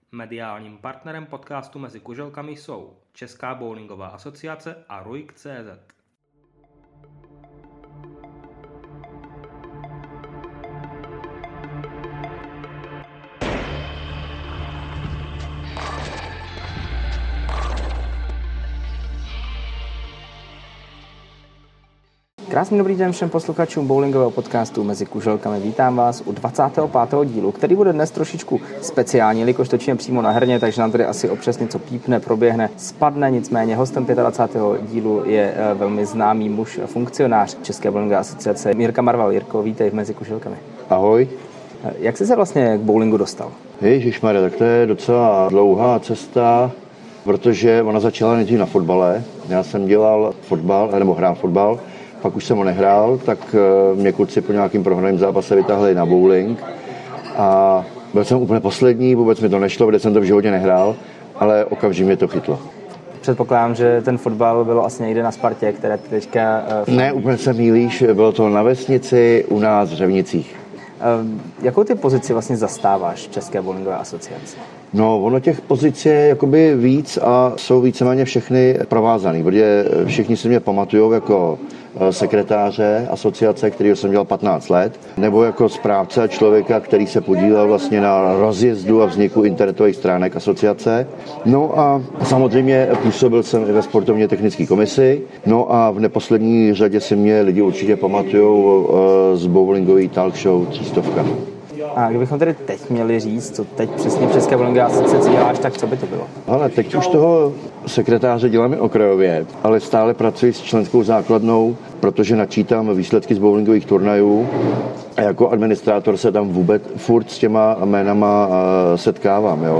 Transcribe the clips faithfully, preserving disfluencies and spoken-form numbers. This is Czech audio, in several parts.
Mediálním partnerem podcastu Mezi kuželkami jsou Česká bowlingová asociace a Ruik tečka cé zet. Krásný dobrý den všem posluchačům bowlingového podcastu Mezi kuželkami. Vítám vás u dvacátého pátého dílu, který bude dnes trošičku speciální, jelikož točíme přímo na herně, takže nám tady asi občas něco pípne, proběhne, spadne. Nicméně hostem dvacátého pátého dílu je velmi známý muž a funkcionář České bowlingové asociace Jirka Marval. Jirko, vítej v Mezi kuželkami. Ahoj. Jak jsi se vlastně k bowlingu dostal? Ježišmarja, tak to je docela dlouhá cesta, protože ona začala nejdřív na fotbale. Já jsem dělal fotbal, nebo hrál fotbal. Pak už jsem ho nehrál, tak mě kluci po nějakým prohraným zápase vytáhli na bowling a byl jsem úplně poslední, vůbec mi to nešlo, protože jsem to v životě nehrál, ale okamžitě mě to chytlo. Předpokládám, že ten fotbal bylo asi někde na Spartě, které teďka... Uh, ne, úplně se mýlíš, bylo to na vesnici u nás v Řevnicích. Uh, jakou ty pozici vlastně zastáváš v České bowlingové asociaci? No, ono těch pozic je jakoby víc a jsou víceméně všechny provázaný, protože všichni si mě pamatujou jako sekretáře asociace, kterýho jsem dělal patnáct let, nebo jako správce člověka, který se podílel vlastně na rozjezdu a vzniku internetových stránek asociace. No a samozřejmě působil jsem i ve sportovně technické komisi. No a v neposlední řadě si mě lidi určitě pamatujou z bowlingový talk show Třístovka. A kdybychom tedy teď měli říct, co teď přesně v České bowlingové asociaci děláš, tak co by to bylo? Ale teď už toho sekretáře děláme okrajově, ale stále pracuji s členskou základnou, protože načítám výsledky z bowlingových turnajů a jako administrátor se tam vůbec furt s těma jménama setkávám. Jo.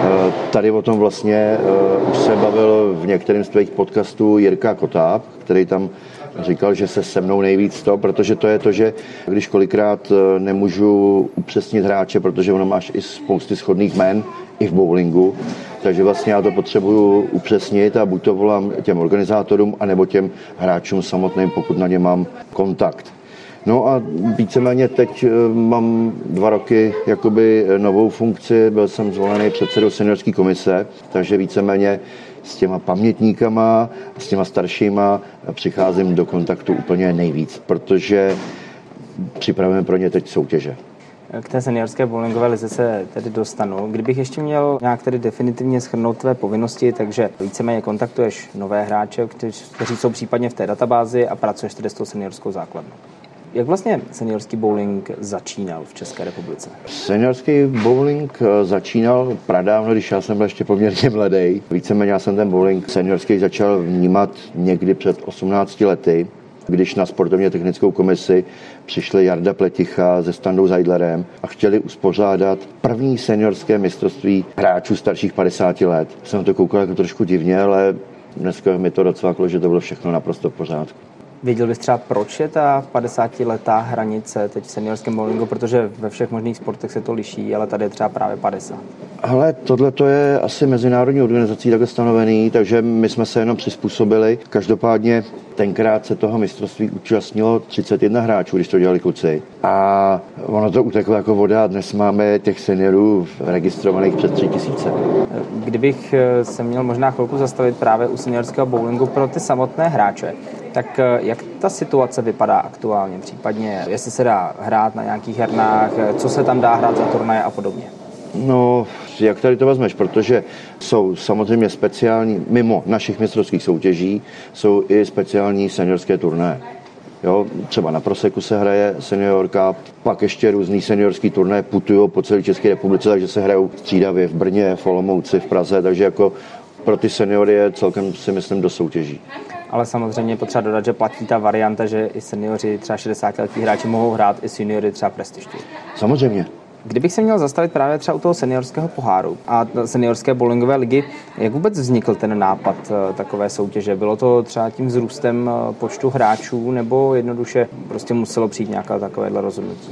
Tady o tom vlastně už se bavil v některém z tvých podcastů Jirka Kotáb, který tam říkal, že se se mnou nejvíc to, protože to je to, že když kolikrát nemůžu upřesnit hráče, protože ono máš i spousty shodných jmen i v bowlingu, takže vlastně já to potřebuju upřesnit a buď to volám těm organizátorům, anebo těm hráčům samotným, pokud na ně mám kontakt. No a víceméně teď mám dva roky jakoby novou funkci, byl jsem zvolený předsedou seniorské komise, takže víceméně s těma pamětníkama, s těma staršíma přicházím do kontaktu úplně nejvíc, protože připravujeme pro ně teď soutěže. K té seniorské bowlingové lize se tedy dostanu. Kdybych ještě měl nějak tedy definitivně shrnout tvé povinnosti, takže víceméně kontaktuješ nové hráče, kteří, kteří jsou případně v té databázi a pracuješ tedy s tou seniorskou základnou. Jak vlastně seniorský bowling začínal v České republice? Seniorský bowling začínal pradávno, když já jsem byl ještě poměrně mladý. Víceméně já jsem ten bowling seniorský začal vnímat někdy před osmnácti lety, když na sportovně technickou komisi přišli Jarda Pleticha se Standou Zajdlerem a chtěli uspořádat první seniorské mistrovství hráčů starších padesáti let. Jsem to koukal jako trošku divně, ale dneska mi to docvaklo, že to bylo všechno naprosto v pořádku. Věděl bys třeba, proč je ta padesátiletá hranice teď v seniorském bowlingu, protože ve všech možných sportech se to liší, ale tady je třeba právě padesát. Ale tohle to je asi mezinárodní organizací takhle stanovený, takže my jsme se jenom přizpůsobili. Každopádně tenkrát se toho mistrovství účastnilo třicet jedna hráčů, když to dělali kluci. A ono to uteklo jako voda. Dnes máme těch seniorů registrovaných přes tři tisíce. Kdybych se měl možná chvilku zastavit právě u seniorského bowlingu pro ty samotné hráče, tak jak ta situace vypadá aktuálně? Případně, jestli se dá hrát na nějakých hernách, co se tam dá hrát za turnaje a podobně? No, jak tady to vezmeš, protože jsou samozřejmě speciální, mimo našich mistrovských soutěží, jsou i speciální seniorské turnaje. Jo, třeba na Proseku se hraje seniorka, pak ještě různý seniorský turnaje putují po celé České republice, takže se hrajou střídavě v Brně, v Olomouci, v Praze, takže jako pro ty seniory je celkem, si myslím, do soutěží. Ale samozřejmě je potřeba dodat, že platí ta varianta, že i seniori, třeba šedesátiletí hráči mohou hrát i seniory třeba prestižtě. Samozřejmě. Kdybych se měl zastavit právě třeba u toho seniorského poháru a seniorské bowlingové ligy, jak vůbec vznikl ten nápad takové soutěže? Bylo to třeba tím vzrůstem počtu hráčů nebo jednoduše prostě muselo přijít nějaké takovéhle rozhodnutí?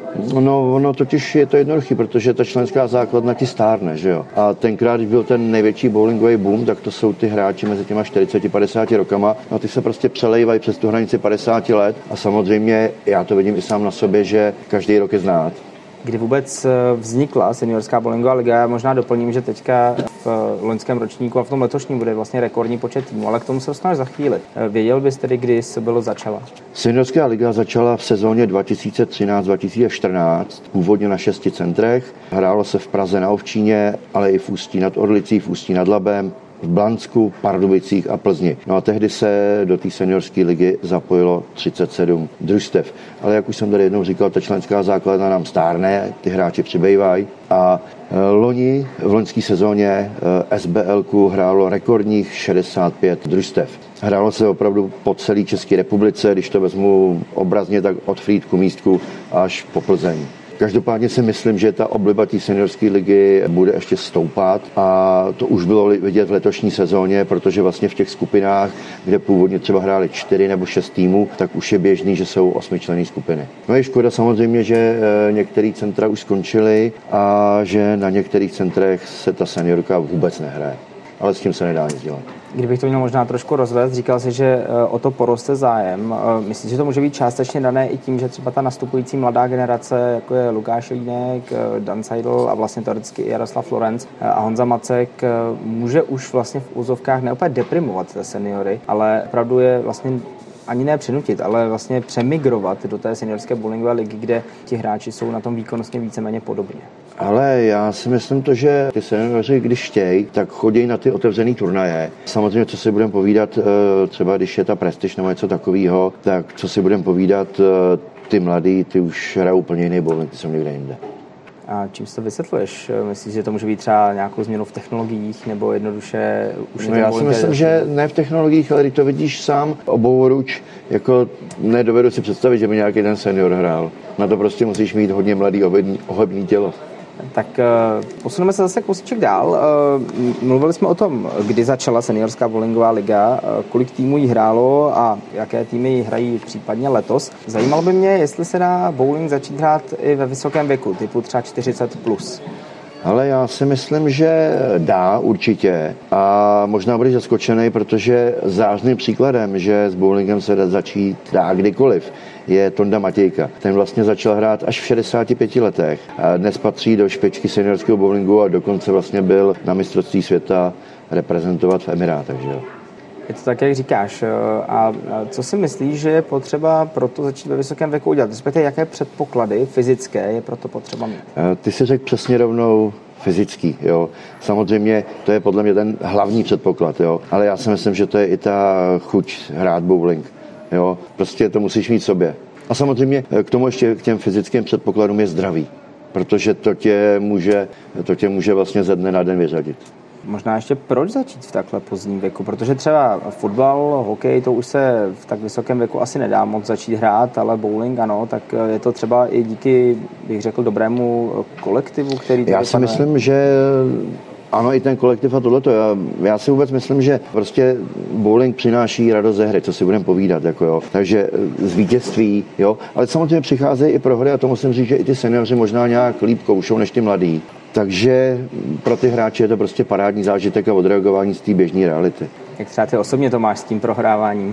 No, ono totiž je to jednoduchý, protože ta členská základna ti stárne, že jo. A tenkrát, když byl ten největší bowlingový boom, tak to jsou ty hráči mezi těma čtyřiceti padesáti rokama. No ty se prostě přelejvají přes tu hranici padesáti let a samozřejmě já to vidím i sám na sobě, že každý rok je znát. kdy vůbec vznikla seniorská bowlingová liga. Já možná doplním, že teďka v loňském ročníku a v tom letošním bude vlastně rekordní počet týmů, ale k tomu se dostaneš za chvíli. Věděl bys tedy, kdy se bylo začala? Seniorská liga začala v sezóně dva tisíce třináct dva tisíce čtrnáct, původně na šesti centrech. Hrálo se v Praze na Ovčíně, ale i v Ústí nad Orlicí, v Ústí nad Labem, v Blansku, Pardubicích a Plzni. No a tehdy se do té seniorské ligy zapojilo třicet sedm družstev. Ale jak už jsem tady jednou říkal, ta členská základna nám stárne, ty hráči přibývají a loni v loňské sezóně S B L ku hrálo rekordních šedesát pět družstev. Hrálo se opravdu po celé České republice, když to vezmu obrazně, tak od Frýdku, Místku až po Plzeň. Každopádně si myslím, že ta obliba té seniorské ligy bude ještě stoupat a to už bylo vidět v letošní sezóně, protože vlastně v těch skupinách, kde původně třeba hráli čtyři nebo šest týmů, tak už je běžný, že jsou osmičlenné skupiny. No je škoda samozřejmě, že některé centra už skončily a že na některých centrech se ta seniorka vůbec nehraje. Ale s tím se nedá nic dělat. Kdybych to měl možná trošku rozvést, říkal jsi, že o to poroste zájem. Myslíš, že to může být částečně dané i tím, že třeba ta nastupující mladá generace, jako je Lukáš Línek, Dan Seidl a vlastně teoreticky i Jaroslav Florenc a Honza Macek, může už vlastně v úzovkách neopět deprimovat seniory, ale opravdu je vlastně ani ne přinutit, ale vlastně přemigrovat do té seniorské bowlingové ligy, kde ti hráči jsou na tom výkonnostně víceméně podobně. Ale já si myslím to, že ty senioři, když chtějí, tak chodí na ty otevřené turnaje. Samozřejmě, co si budeme povídat, třeba když je ta prestiž nebo něco takového, tak co si budeme povídat, ty mladí, ty už hrajou úplně jiný bowling, ty jsou někde jinde. A čím si to vysvětluješ? Myslíš, že to může být třeba nějakou změnu v technologiích nebo jednoduše už no já si myslím, že ne v technologiích, ale když to vidíš sám obouruč, jako nedovedu si představit, že by nějaký ten senior hrál. Na to prostě musíš mít hodně mladý ohebný tělo. Tak uh, posuneme se zase kousíček dál. Uh, mluvili jsme o tom, kdy začala seniorská bowlingová liga, uh, kolik týmů jí hrálo a jaké týmy jí hrají případně letos. Zajímalo by mě, jestli se dá bowling začít hrát i ve vysokém věku, typu třeba čtyřicet plus. Ale já si myslím, že dá určitě a možná budeš zaskočený, protože zářným příkladem, že s bowlingem se dá začít dá kdykoliv, je Tonda Matějka. Ten vlastně začal hrát až v šedesáti pěti letech. A dnes patří do špičky seniorského bowlingu a dokonce vlastně byl na mistrovství světa reprezentovat v Emirátech. Že jo? Je to tak, jak říkáš. A co si myslíš, že je potřeba pro to začít ve vysokém věku udělat? Respektive, jaké předpoklady fyzické je pro to potřeba mít? Ty si řekl přesně rovnou fyzický, jo. Samozřejmě to je podle mě ten hlavní předpoklad, jo. Ale já si myslím, že to je i ta chuť hrát bowling, jo. Prostě to musíš mít v sobě. A samozřejmě k tomu ještě k těm fyzickým předpokladům je zdraví, protože to tě může, to tě může vlastně ze dne na den vyřadit. Možná ještě proč začít v takhle pozdním věku? Protože třeba fotbal, hokej, to už se v tak vysokém věku asi nedá moc začít hrát, ale bowling ano, tak je to třeba i díky, bych řekl, dobrému kolektivu, který... Já si panuje. myslím, že ano, i ten kolektiv a tohleto. Já, já si vůbec myslím, že prostě bowling přináší radost ze hry, co si budeme povídat, jako jo. Takže z vítězství, jo. Ale samozřejmě přicházejí i prohry a to musím říct, že i ty seniori možná nějak líp koušou než ty mladí. Takže pro ty hráče je to prostě parádní zážitek a odreagování z té běžné reality. Jak třeba ty osobně to máš s tím prohráváním?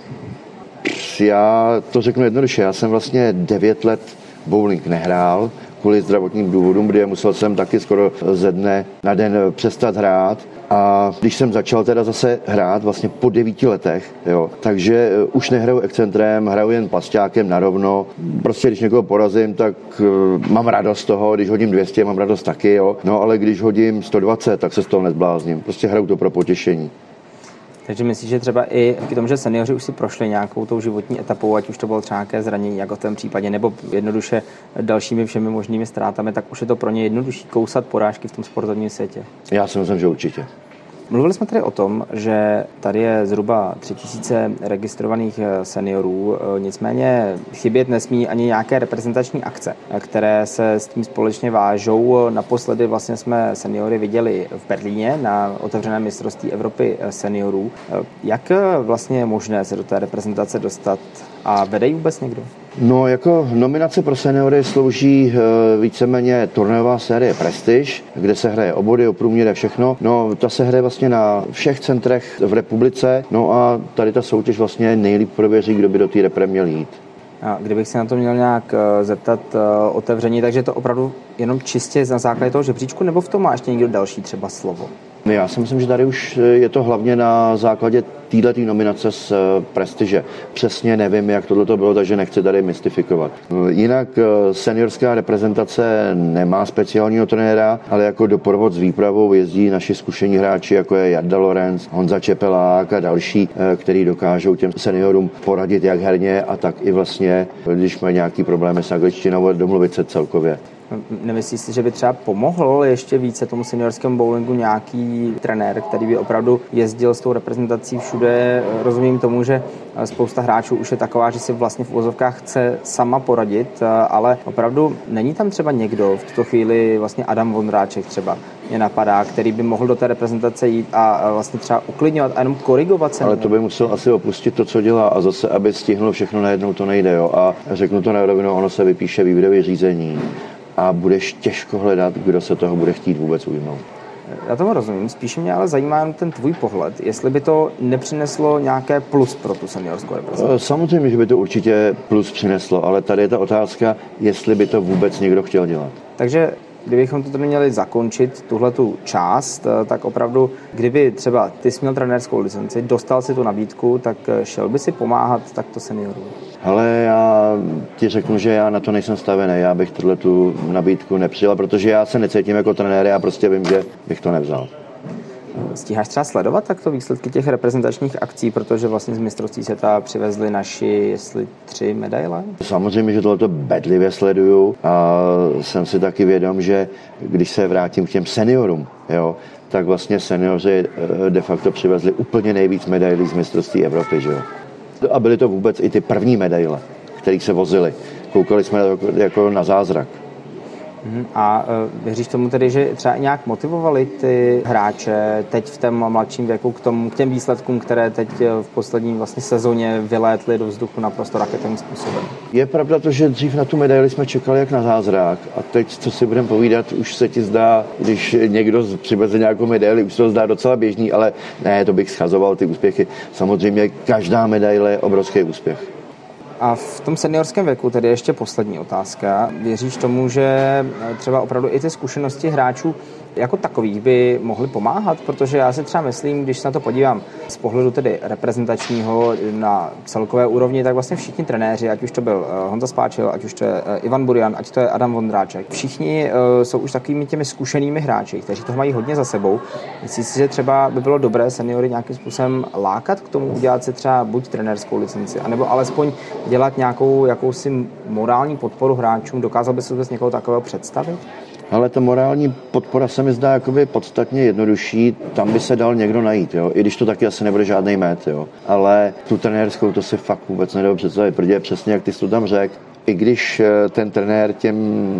Já to řeknu jednoduše. Já jsem vlastně devět let bowling nehrál kvůli zdravotním důvodům, kdy musel jsem taky skoro ze dne na den přestat hrát. A když jsem začal teda zase hrát vlastně po devíti letech, jo, takže už nehraju excentrem, hraju jen pasťákem narovno. Prostě když někoho porazím, tak uh, mám radost z toho, když hodím dvě stě, mám radost taky, jo. No ale když hodím sto dvacet, tak se z toho nezblázním. Prostě hraju to pro potěšení. Takže myslíš, že třeba i k tomu, že seniori už si prošli nějakou tou životní etapou, ať už to bylo třeba nějaké zranění, jako v tom případě, nebo jednoduše dalšími všemi možnými ztrátami, tak už je to pro ně jednodušší kousat porážky v tom sportovním světě? Já si myslím, že určitě. Mluvili jsme tady o tom, že tady je zhruba tři tisíce registrovaných seniorů, nicméně chybět nesmí ani nějaké reprezentační akce, které se s tím společně vážou. Naposledy vlastně jsme seniory viděli v Berlíně na otevřeném mistrovství Evropy seniorů. Jak vlastně je možné se do té reprezentace dostat a vede ji vůbec někdo? No, jako nominace pro seniory slouží e, víceméně turnajová série Prestige, kde se hraje o body, o průměr, všechno. No, ta se hraje vlastně na všech centrech v republice, no a tady ta soutěž vlastně nejlíp prověří, kdo by do té repre měl jít. A kdybych se na to měl nějak zeptat otevřeně, takže to opravdu jenom čistě na základě toho žebříčku, nebo v tom má ještě někdo další třeba slovo? Já si myslím, že tady už je to hlavně na základě této nominace z prestiže. Přesně nevím, jak tohle to bylo, takže nechci tady mystifikovat. Jinak seniorská reprezentace nemá speciálního trenéra, ale jako doprovod s výpravou jezdí naši zkušení hráči, jako je Jarda Lorenz, Honza Čepelák a další, který dokážou těm seniorům poradit jak herně a tak i vlastně, když mají nějaký problémy s angličtinou, domluvit se celkově. Nemyslíš si, že by třeba pomohl ještě více tomu seniorskému bowlingu nějaký trenér, který by opravdu jezdil s tou reprezentací všude? Rozumím tomu, že spousta hráčů už je taková, že si vlastně v uvozovkách chce sama poradit, ale opravdu není tam třeba někdo v tuto chvíli, vlastně Adam Vondráček třeba mě napadá, který by mohl do té reprezentace jít a vlastně třeba uklidňovat a jenom korigovat se. Ale to by musel asi opustit to, co dělá a zase, aby stihnul všechno najednou, to nejde. Jo? A řeknu to na rovinu, ono se vypíše výběrové řízení a budeš těžko hledat, kdo se toho bude chtít vůbec ujmout. Já tomu rozumím, spíše mě ale zajímá ten tvůj pohled, jestli by to nepřineslo nějaké plus pro tu seniorskou reprezentaci. Samozřejmě, že by to určitě plus přineslo, ale tady je ta otázka, jestli by to vůbec někdo chtěl dělat. Takže kdybychom to tady měli zakončit, tuhletu část, tak opravdu, kdyby třeba ty jsi měl trenérskou licenci, dostal si tu nabídku, tak šel by si pomáhat takto seniorům? Ale já ti řeknu, že já na to nejsem stavěný, já bych tu nabídku nepřijal, protože já se necítím jako trenér, já prostě vím, že bych to nevzal. Stíháš třeba sledovat takto výsledky těch reprezentačních akcí, protože vlastně z mistrovství světa přivezli naši, jestli tři medaile? Samozřejmě, že tohleto bedlivě sleduju a jsem si taky vědom, že když se vrátím k těm seniorům, jo, tak vlastně seniori de facto přivezli úplně nejvíc medailí z mistrovství Evropy, že jo. A byly to vůbec i ty první medaile, které se vozily. Koukali jsme jako na zázrak. A věříš tomu tedy, že třeba nějak motivovali ty hráče teď v tom mladším věku k, tomu, k těm výsledkům, které teď v poslední vlastně sezóně vylétly do vzduchu naprosto raketovým způsobem? Je pravda to, že dřív na tu medaili jsme čekali jak na zázrak a teď, co si budeme povídat, už se ti zdá, když někdo přiveze nějakou medaili, už se to zdá docela běžný, ale ne, to bych schazoval ty úspěchy. Samozřejmě každá medaile je obrovský úspěch. A v tom seniorském věku, tedy ještě poslední otázka, věříš tomu, že třeba opravdu i ty zkušenosti hráčů jako takových by mohly pomáhat? Protože já si třeba myslím, když se na to podívám z pohledu tedy reprezentačního na celkové úrovni, tak vlastně všichni trenéři, ať už to byl Honza Spáčil, ať už to je Ivan Burian, ať to je Adam Vondráček, všichni jsou už takovými těmi zkušenými hráči, kteří toho mají hodně za sebou. Myslíš si, že třeba by bylo dobré seniory nějakým způsobem lákat k tomu, udělat si třeba buď trenérskou licenci, anebo alespoň dělat nějakou jakousi morální podporu hráčům? Dokázal by se vůbec někoho takového představit? Ale ta morální podpora se mi zdá jakoby podstatně jednodušší, tam by se dal někdo najít, jo? I když to taky asi nebude žádný met, jo? Ale tu trenérskou to si fakt vůbec nedá představit, protože přesně jak ty jsi to tam řekl, i když ten trenér těm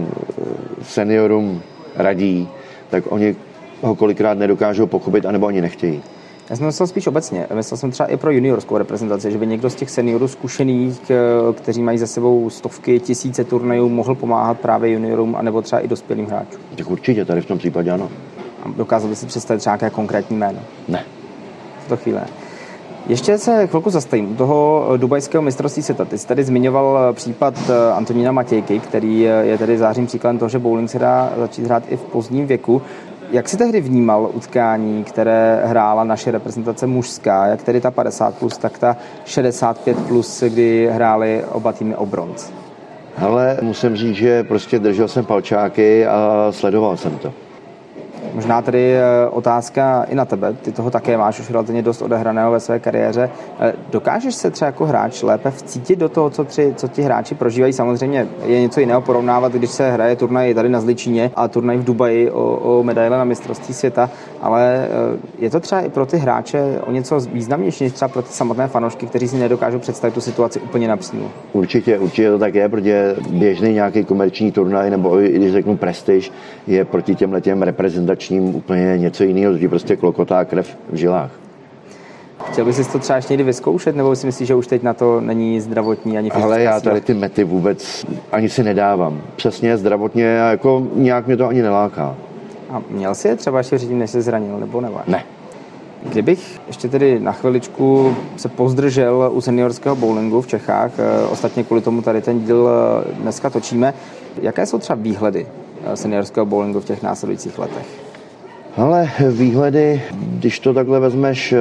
seniorům radí, tak oni ho kolikrát nedokážou pochopit, anebo ani nechtějí. Já jsem myslel spíš obecně. Myslel jsem třeba i pro juniorskou reprezentaci, že by někdo z těch seniorů zkušených, kteří mají za sebou stovky, tisíce turnajů, mohl pomáhat právě juniorům, anebo třeba i dospělým hráčům. Tak určitě, tady v tom případě ano. A dokázal by si představit třeba nějaké konkrétní jméno? Ne. V to chvíli. Ještě se chvilku zastavím u toho dubajského mistrovství světa. Ty jsi tady zmiňoval případ Antonína Matějky, který je tady zářným příkladem toho, že bowling se dá začít hrát i v pozdním věku. Jak jsi tehdy vnímal utkání, které hrála naše reprezentace mužská, jak tedy ta padesát plus, tak ta šedesát pět plus, kdy hráli oba týmy o bronz? Ale musím říct, že prostě držel jsem palčáky a sledoval jsem to. Možná tady otázka i na tebe, ty toho také máš už relativně dost odehraného ve své kariéře. Dokážeš se třeba jako hráč lépe vcítit do toho, co, tři, co ti hráči prožívají? Samozřejmě je něco jiného porovnávat, když se hraje turnaj tady na Zličině a turnaj v Dubaji o, o medaile na mistrovství světa, ale je to třeba i pro ty hráče o něco významnější, než třeba pro ty samotné fanoušky, kteří si nedokážou představit tu situaci úplně napřímo. Určitě, určitě to tak je, protože běžný nějaký komerční turnaj, nebo i když řeknu prestiž, je proti těmhletěm reprezentačním úplně něco jiného, že prostě klokotá krev v žilách. Chtěl bys si to třeba ještě někdy vyzkoušet, nebo si myslíš, že už teď na to není zdravotní ani fyzická? Ale já tady ty mety vůbec ani si nedávám. Přesně zdravotně a jako nějak mě to ani neláká. A měl jsi je třeba ještě říct, než se zranil, nebo ne? Ne. Kdybych ještě tedy na chviličku se pozdržel u seniorského bowlingu v Čechách, ostatně kvůli tomu tady ten díl dneska točíme, jaké jsou třeba výhledy seniorského bowlingu v těch následujících letech? Ale výhledy, když to takhle vezmeš,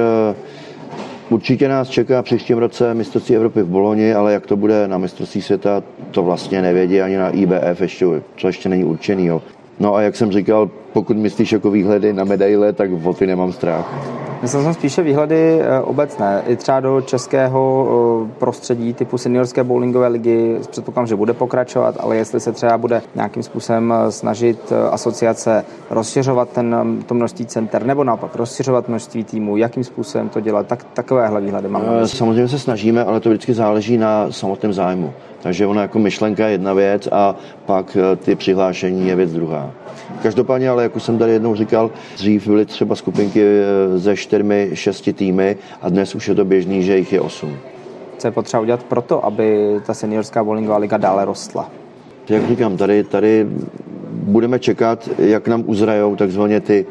určitě nás čeká příštím roce mistrovství Evropy v Boloni, ale jak to bude na mistrovství světa, to vlastně nevědí ani na I B F, ještě, to ještě není určený. Jo. No a jak jsem říkal, pokud myslíš jako výhledy na medaile, tak o ty nemám strach. Myslel jsem spíše výhledy obecné, i třeba do českého prostředí typu seniorské bowlingové ligy. Předpokládám, že bude pokračovat, ale jestli se třeba bude nějakým způsobem snažit asociace rozšiřovat ten, to množství center, nebo naopak rozšiřovat množství týmů, jakým způsobem to dělat, tak takovéhle výhledy mám. Samozřejmě se snažíme, ale to vždycky záleží na samotném zájmu. Takže ona jako myšlenka je jedna věc a pak ty přihlášení je věc druhá. Každopádně, ale jak už jsem tady jednou říkal, dřív byly třeba skupinky ze čtyřmi, šesti týmy a dnes už je to běžný, že jich je osm. Co je potřeba udělat proto, aby ta seniorská bowlingová liga dále rostla? Jak říkám, tady, tady budeme čekat, jak nám uzrajou takzvaně ty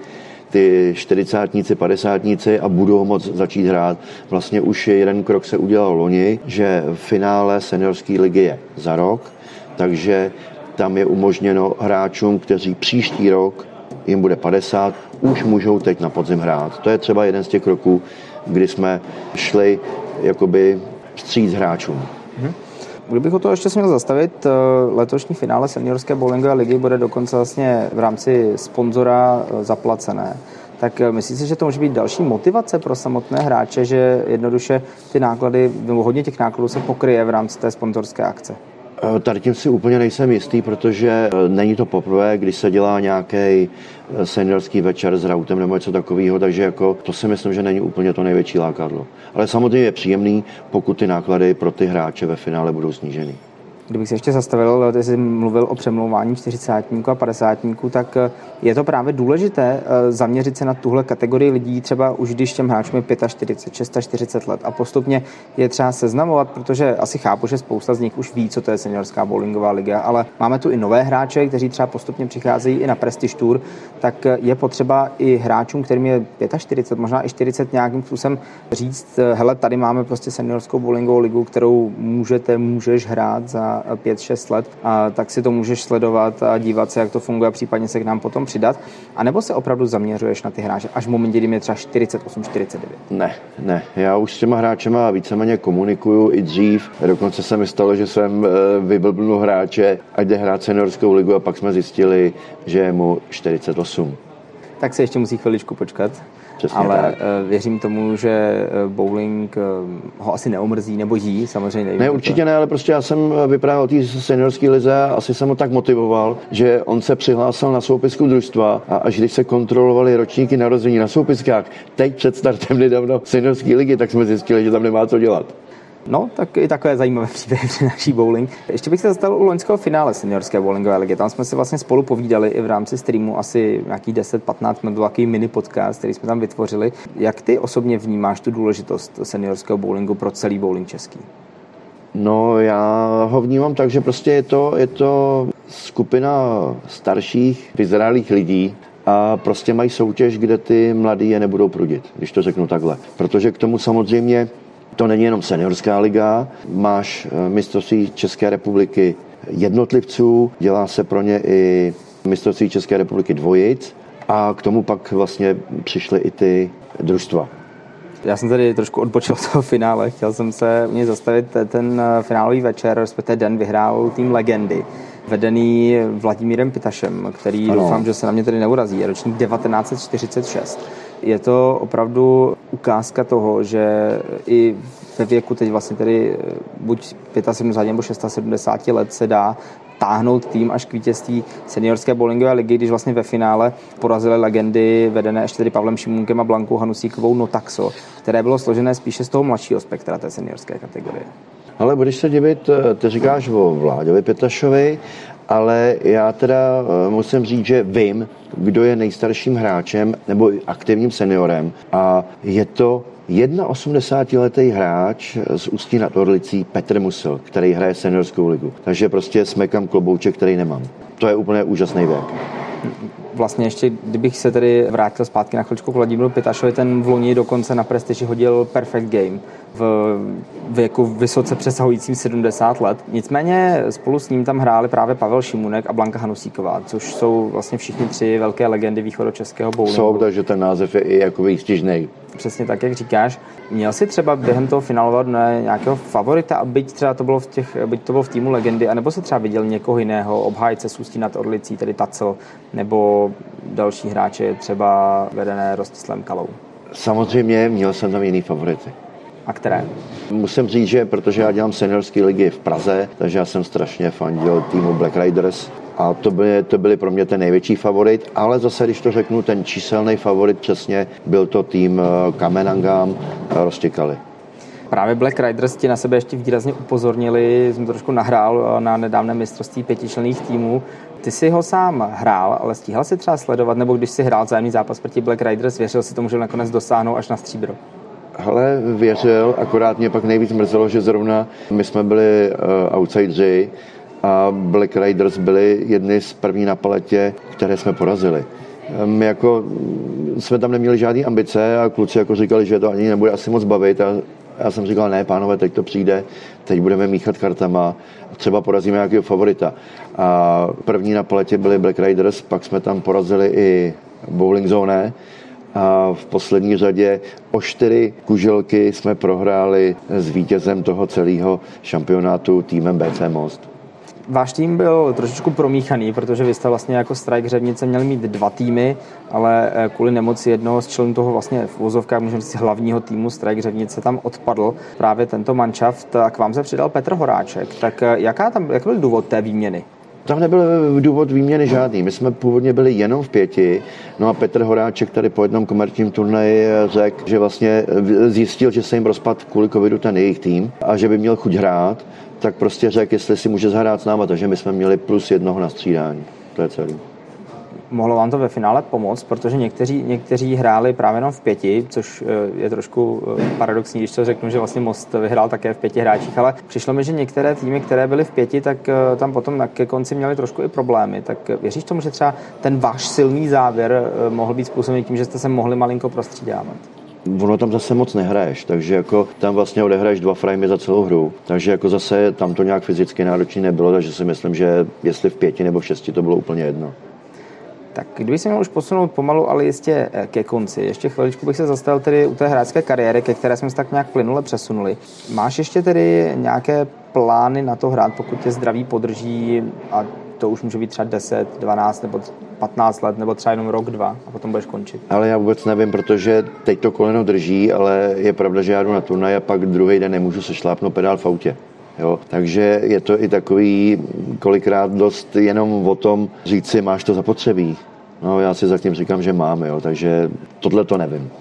ty čtyřicátníci, padesátníci a budou moc začít hrát. Vlastně už jeden krok se udělal loni, že v finále seniorské ligy je za rok, takže tam je umožněno hráčům, kteří příští rok, jim bude padesát, už můžou teď na podzim hrát. To je třeba jeden z těch kroků, kdy jsme šli jakoby vstříc hráčům. Mhm. Kdybych o to ještě měl zastavit, letošní finále seniorské bowlingové ligy bude dokonce vlastně v rámci sponzora zaplacené. Tak myslíš si, že to může být další motivace pro samotné hráče, že jednoduše ty náklady, nebo hodně těch nákladů se pokryje v rámci té sponzorské akce? Tady tím si úplně nejsem jistý, protože není to poprvé, když se dělá nějaký seniorský večer s rautem nebo něco takového, takže jako to si myslím, že není úplně to největší lákadlo. Ale samozřejmě je příjemný, pokud ty náklady pro ty hráče ve finále budou sníženy. Kdybych se ještě zastavil, ty jsi mluvil o přemlouvání čtyřicátníků a padesátníků, tak je to právě důležité zaměřit se na tuhle kategorii lidí, třeba už když těm hráčům je čtyřicet pět, čtyřicet šest let a postupně je třeba seznamovat, protože asi chápu, že spousta z nich už ví, co to je seniorská bowlingová liga, ale máme tu i nové hráče, kteří třeba postupně přicházejí i na Prestige Tour, tak je potřeba i hráčům, kterým je čtyřicet pět, možná i čtyřicet nějakým způsobem říct, hele, tady máme prostě seniorskou bowlingovou ligu, kterou můžete, můžeš hrát za pět šest let, a tak si to můžeš sledovat a dívat se, jak to funguje a případně se k nám potom přidat. A nebo se opravdu zaměřuješ na ty hráče až v momentě, kdy je třeba čtyřicet osm čtyřicet devět? Ne, ne. Já už s těma hráčema víceméně komunikuju i dřív. Dokonce se mi stalo, že jsem vyblbnul hráče, ať jde hrát seniorskou ligu, a pak jsme zjistili, že je mu čtyřicet osm. Tak se ještě musí chviličku počkat. Přesně ale tak. Věřím tomu, že bowling ho asi neomrzí, nebo jí, samozřejmě nevím. Ne, určitě ne, ale prostě já jsem vyprávěl o té seniorské lize a asi jsem ho tak motivoval, že on se přihlásil na soupisku družstva a až když se kontrolovali ročníky narození na soupiskách, teď před startem nedávno seniorské ligy, tak jsme zjistili, že tam nemá co dělat. No, tak i takové zajímavé příběhy přináší bowling. Ještě bych se zastavil u loňského finále seniorské bowlingové ligy. Tam jsme si vlastně spolu povídali i v rámci streamu asi nějaký deset patnáct minut, takový mini podcast, který jsme tam vytvořili. Jak ty osobně vnímáš tu důležitost seniorského bowlingu pro celý bowling český? No, já ho vnímám tak, že prostě je to, je to skupina starších, vyzrálých lidí, a prostě mají soutěž, kde ty mladí je nebudou prudit, když to řeknu takhle. Protože k tomu samozřejmě to není jenom seniorská liga, máš mistrovství České republiky jednotlivců, dělá se pro ně i mistrovství České republiky dvojic a k tomu pak vlastně přišly i ty družstva. Já jsem tady trošku odbočil od toho finále, chtěl jsem se u něj zastavit. Ten finálový večer, respektive den, vyhrál tým Legendy, vedený Vladimírem Pitašem, který ano. Doufám, že se na mě tady neurazí, je ročník devatenáct set čtyřicet šest. Je to opravdu ukázka toho, že i ve věku teď vlastně tedy buď sedmdesát pět nebo sedmdesát šest let se dá táhnout tým až k vítězství seniorské bowlingové ligy, když vlastně ve finále porazili Legendy vedené ještě tedy Pavlem Šimůnkem a Blankou Hanusíkovou Notaxo, které bylo složené spíše z toho mladšího spektra té seniorské kategorie. Ale budeš se divit, ty říkáš o Vláďovi Pitašovi, ale já teda musím říct, že vím, kdo je nejstarším hráčem nebo aktivním seniorem, a je to osmdesátiletý hráč z Ústí nad Orlicí Petr Musil, který hraje seniorskou ligu. Takže prostě smekám klobouček, který nemám. To je úplně úžasný věk. Vlastně ještě, kdybych se tedy vrátil zpátky na chvíličku k Vladimíru Pitašovi, ten v loni dokonce na prestiži hodil perfect game v věku vysoce přesahujícím sedmdesát let. Nicméně spolu s ním tam hráli právě Pavel Šimunek a Blanka Hanusíková, což jsou vlastně všichni tři velké legendy východočeského bowlingu. Jsou, takže ten název je i jako výstižnej. Přesně tak, jak říkáš. Měl jsi třeba během toho finálového dne nějakého favorita, a byť třeba to bylo v těch, byť to bylo v týmu legendy, anebo si třeba viděl někoho jiného, obhájce z Ústí nad Orlicí, tedy Tacl, nebo další hráče, třeba vedené Rostislem Kalou? Samozřejmě měl jsem tam jiný favority. A které? Musím říct, že protože já dělám seniorské ligy v Praze, takže já jsem strašně fandil týmu Black Riders a to byly, to byly pro mě ten největší favorit, ale zase, když to řeknu, ten číselný favorit přesně byl to tým Kamenangam Rostikali. Právě Black Riders ti na sebe ještě výrazně upozornili, jsem to trošku nahrál na nedávné mistrovství pětičlenných týmů. Ty jsi ho sám hrál, ale stíhal si třeba sledovat, nebo když jsi hrál vzájemný zápas proti Black Riders, věřil si tomu, že nakonec dosáhnou až na stříbro? Ale věřil, akorát mě pak nejvíc mrzelo, že zrovna my jsme byli uh, outsideri a Black Riders byli jedni z první na paletě, které jsme porazili. My jako jsme tam neměli žádný ambice a kluci jako říkali, že to ani nebude asi moc bavit a já jsem říkal, ne pánové, teď to přijde, teď budeme míchat kartama, třeba porazíme nějakého favorita. A první na paletě byli Black Riders, pak jsme tam porazili i Bowling Zone a v poslední řadě o čtyři kuželky jsme prohráli s vítězem toho celého šampionátu týmem B C Most. Váš tým byl trošičku promíchaný, protože vy jste vlastně jako Strike Řevnice měli mít dva týmy, ale kvůli nemoci jednoho z členů toho vlastně v uvozovkách, můžeme říct, hlavního týmu Strike Řevnice tam odpadl právě tento manšaft a k vám se přidal Petr Horáček. Tak jaká tam, jak byl důvod té výměny? Tam nebyl důvod výměny žádný. My jsme původně byli jenom v pěti, no a Petr Horáček tady po jednom komerčním turnaji řekl, že vlastně zjistil, že se jim rozpad kvůli covidu ten jejich tým a že by měl chuť hrát, tak prostě řekl, jestli si může zahrát s náma, takže my jsme měli plus jednoho na střídání. To je celý. Mohlo vám to ve finále pomoct, protože někteří, někteří hráli právě jenom v pěti, což je trošku paradoxní, když to řeknu, že vlastně Most vyhrál také v pěti hráčích, ale přišlo mi, že některé týmy, které byly v pěti, tak tam potom ke konci měli trošku i problémy. Tak věříš tomu, že třeba ten váš silný závěr mohl být způsoben tím, že jste se mohli malinko prostřídávat? Ono tam zase moc nehraješ, takže jako tam vlastně odehraješ dva framey za celou hru, takže jako zase tam to nějak fyzicky náročné nebylo, takže si myslím, že jestli v pěti nebo v šesti to bylo úplně jedno. Tak kdybych se měl už posunout pomalu, ale jistě ke konci. Ještě chviličku bych se zastavil tedy u té hráčské kariéry, ke které jsme se tak nějak plynule přesunuli. Máš ještě tedy nějaké plány na to hrát, pokud tě zdraví podrží, a to už může být třeba deset, dvanáct nebo patnáct let, nebo třeba jenom rok, dva a potom budeš končit? Ale já vůbec nevím, protože teď to koleno drží, ale je pravda, že já jdu na turnaj a pak druhý den nemůžu se šlápnout pedál v autě. Jo, takže je to i takový kolikrát dost jenom o tom říct si, máš to zapotřebí. No, já si zatím říkám, že mám, jo, takže tohle to nevím.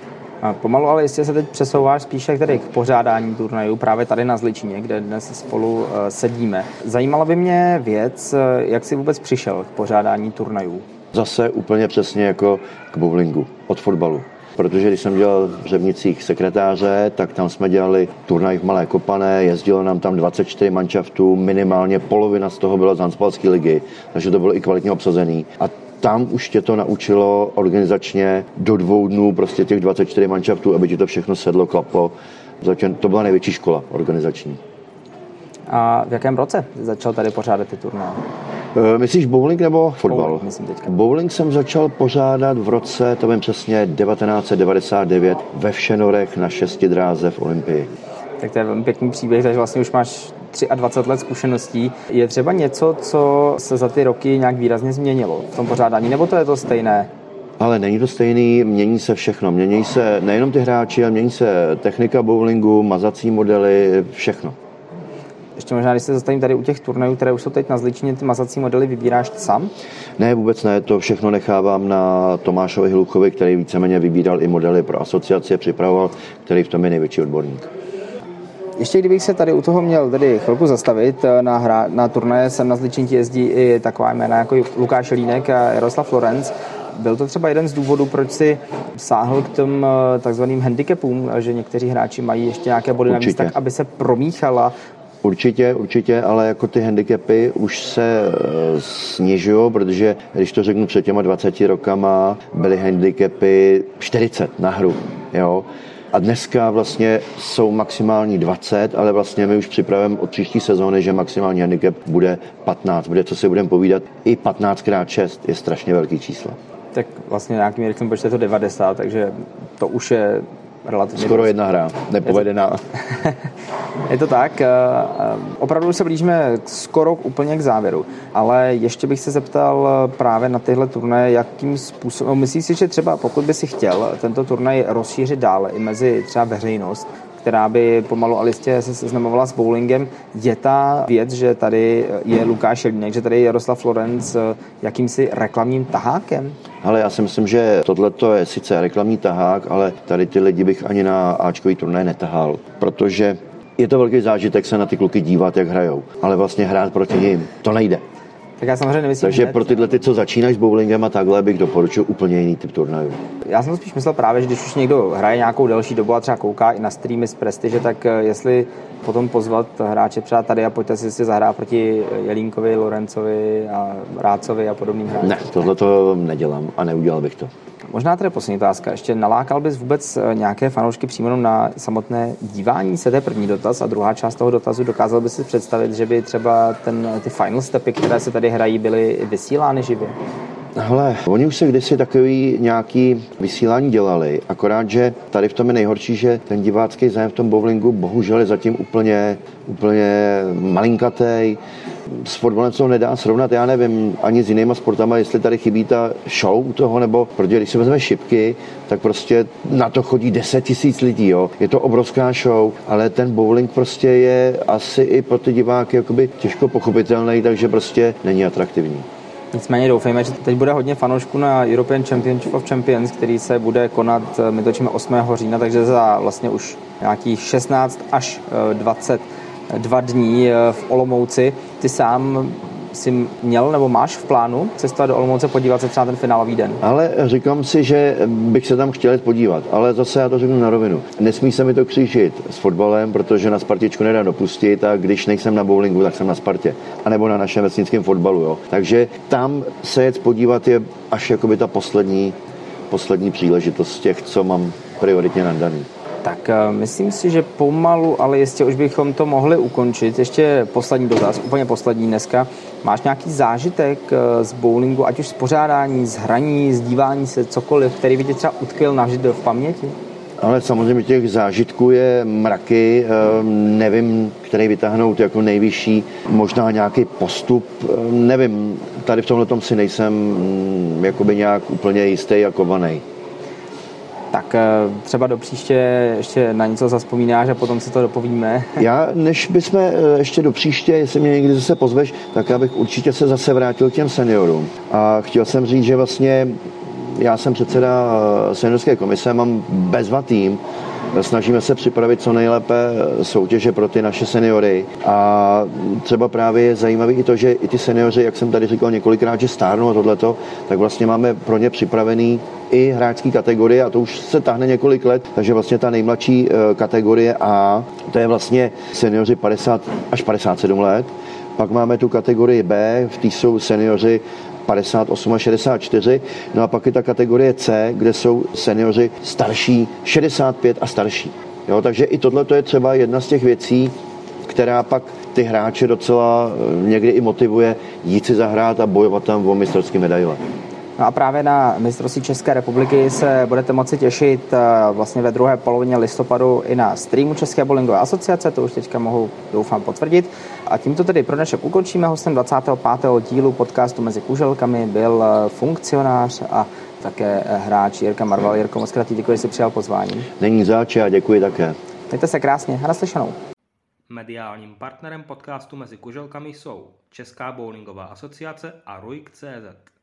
A pomalu, ale jistě se teď přesouváš spíše tedy k pořádání turnajů právě tady na Zličině, kde dnes spolu uh, sedíme. Zajímala by mě věc, jak jsi vůbec přišel k pořádání turnajů? Zase úplně přesně jako k bowlingu, od fotbalu. Protože když jsem dělal v Řevnicích sekretáře, tak tam jsme dělali turnaj v Malé Kopané, jezdilo nám tam dvacet čtyři manšaftů, minimálně polovina z toho byla z handballské ligy, takže to bylo i kvalitně obsazený. A tam už tě to naučilo organizačně do dvou dnů prostě těch dvacet čtyři manšaftů, aby ti to všechno sedlo, klaplo. To byla největší škola organizační. A v jakém roce začal tady pořádat ty turnaje? Myslíš bowling nebo fotbal? Bowling, myslím teďka. Bowling jsem začal pořádat v roce, to vím přesně, devatenáct set devadesát devět ve Všenorech na šestidráze v Olympii. Tak to je velmi pěkný příběh, takže vlastně už máš dvacet tři let zkušeností. Je třeba něco, co se za ty roky nějak výrazně změnilo v tom pořádání, nebo to je to stejné? Ale není to stejný, mění se všechno. Mění se nejenom ty hráči, ale mění se technika bowlingu, mazací modely, všechno. Ještě možná, když se zastavím tady u těch turnajů, které už jsou teď na Zličině, ty mazací modely vybíráš sám? Ne, vůbec ne, to všechno nechávám na Tomášovi Hluchovi, který víceméně vybíral i modely pro asociace, připravoval, který v tom je největší odborník. Ještě kdybych se tady u toho měl tady chvilku zastavit, na, hra, na turnaje sem na Zličín jezdí i taková jména jako Lukáš Línek a Jaroslav Florenc. Byl to třeba jeden z důvodů, proč si sáhl k těm takzvaným handicapům, že někteří hráči mají ještě nějaké body navíc, tak aby se promíchala Určitě, určitě, ale jako ty handicapy už se snižují, protože když to řeknu před těma dvaceti rokama, byly handicapy čtyřicet na hru, jo. A dneska vlastně jsou maximální dvacet, ale vlastně my už připravujeme od příští sezóny, že maximální handicap bude patnáct. Bude, co si budeme povídat, i patnáct krát šest je strašně velký číslo. Tak vlastně nějakým rychlým počtem to devadesát, takže to už je relativně... Skoro jedna hra, nepovedená. Je to tak. Opravdu se blížíme skoro úplně k závěru, ale ještě bych se zeptal právě na tyhle turnaje, jakým způsobem... Myslíš si, že třeba pokud by si chtěl tento turnaj rozšířit dále i mezi třeba veřejnost, která by pomalu a listě se seznamovala s bowlingem, je ta věc, že tady je Lukáš Jelínek, že tady je Jaroslav Florenc jakýmsi reklamním tahákem? Ale já si myslím, že tohleto je sice reklamní tahák, ale tady ty lidi bych ani na áčkový turnaj netahal, protože je to velký zážitek se na ty kluky dívat, jak hrajou, ale vlastně hrát proti nim, to nejde. Tak já samozřejmě nemyslím, Takže hned. Pro tyhle, ty, co začínají s bowlingem a takhle, bych doporučil úplně jiný typ turnajů. Já jsem spíš myslel právě, že když už někdo hraje nějakou delší dobu a třeba kouká i na streamy z Prestige, tak jestli potom pozvat hráče třeba tady a pojďte si si zahrát proti Jelínkovi, Lorencovi a Rácovi a podobným hráčům. Ne, tohle to nedělám a neudělal bych to. Možná tady poslední otázka. Ještě nalákal bys vůbec nějaké fanoušky přímo na samotné dívání se? To je první dotaz. A druhá část toho dotazu, dokázal bys si představit, že by třeba ten, ty final stepy, které se tady hrají, byly vysílány živě? Hele, oni už se kdysi takový nějaký vysílání dělali, akorát, že tady v tom je nejhorší, že ten divácký zájem v tom bowlingu bohužel je zatím úplně, úplně malinkatej. S fotbalem se to nedá srovnat, já nevím, ani s jinýma sportama, jestli tady chybí ta show u toho, nebo protože když si vezme šipky, tak prostě na to chodí deset tisíc lidí, jo. Je to obrovská show, ale ten bowling prostě je asi i pro ty diváky jakoby těžko pochopitelný, takže prostě není atraktivní. Nicméně doufejme, že teď bude hodně fanoušků na European Championship of Champions, který se bude konat, my točíme osmého října, takže za vlastně už nějakých šestnáct až dvacet dva dní v Olomouci. Ty sám si měl nebo máš v plánu cestovat do Olomouce, podívat se třeba ten finálový den? Ale říkám si, že bych se tam chtěl podívat, ale zase já to řeknu na rovinu. Nesmí se mi to křížit s fotbalem, protože na Spartičku nedá dopustit a když nejsem na bowlingu, tak jsem na Spartě. A nebo na našem vesnickém fotbalu. Jo. Takže tam se jet podívat je až jakoby ta poslední, poslední příležitost z těch, co mám prioritně nadaný. Tak myslím si, že pomalu, ale jistě už bychom to mohli ukončit. Ještě poslední dotaz, úplně poslední dneska. Máš nějaký zážitek z bowlingu, ať už z pořádání, z hraní, z dívání se, cokoliv, který by tě třeba utkvěl navždy v paměti? Ale samozřejmě těch zážitků je mraky, nevím, který vytáhnout jako nejvyšší, možná nějaký postup, nevím, tady v tomhletom si nejsem jakoby nějak úplně jistý a kovaný. Tak třeba do příště ještě na něco zazpomínáš a potom si to dopovíme. Já, než bychom ještě do příště, jestli mě někdy zase pozveš, tak já bych určitě se zase vrátil k těm seniorům. A chtěl jsem říct, že vlastně já jsem předseda seniorské komise, mám bezva tým, snažíme se připravit co nejlépe soutěže pro ty naše seniory a třeba právě je zajímavý i to, že i ty seniori, jak jsem tady říkal několikrát, že stárnou a tohleto, tak vlastně máme pro ně připravený i hráčský kategorie a to už se táhne několik let, takže vlastně ta nejmladší kategorie A, to je vlastně seniori padesát až padesát sedm let, pak máme tu kategorii B, v té jsou seniori padesát osm a šedesát čtyři, no a pak je ta kategorie C, kde jsou seniori starší šedesát pět a starší. Jo, takže i tohle je třeba jedna z těch věcí, která pak ty hráče docela někdy i motivuje jít si zahrát a bojovat tam o mistrovské medaile. No a právě na mistrovství České republiky se budete moci těšit vlastně ve druhé polovině listopadu i na streamu České bowlingové asociace, to už teďka mohu doufám potvrdit. A tímto tedy pro dnešek ukončíme. Hostem dvacátého pátého dílu podcastu Mezi kuželkami byl funkcionář a také hráč Jirka Marval. Jirko, moc krát děkuji, že jsi přijal pozvání. Není zač a děkuji také. Mějte se krásně a naslyšenou. Mediálním partnerem podcastu Mezi kuželkami jsou Česká bowlingová asociace a Ruik tečka cé zet.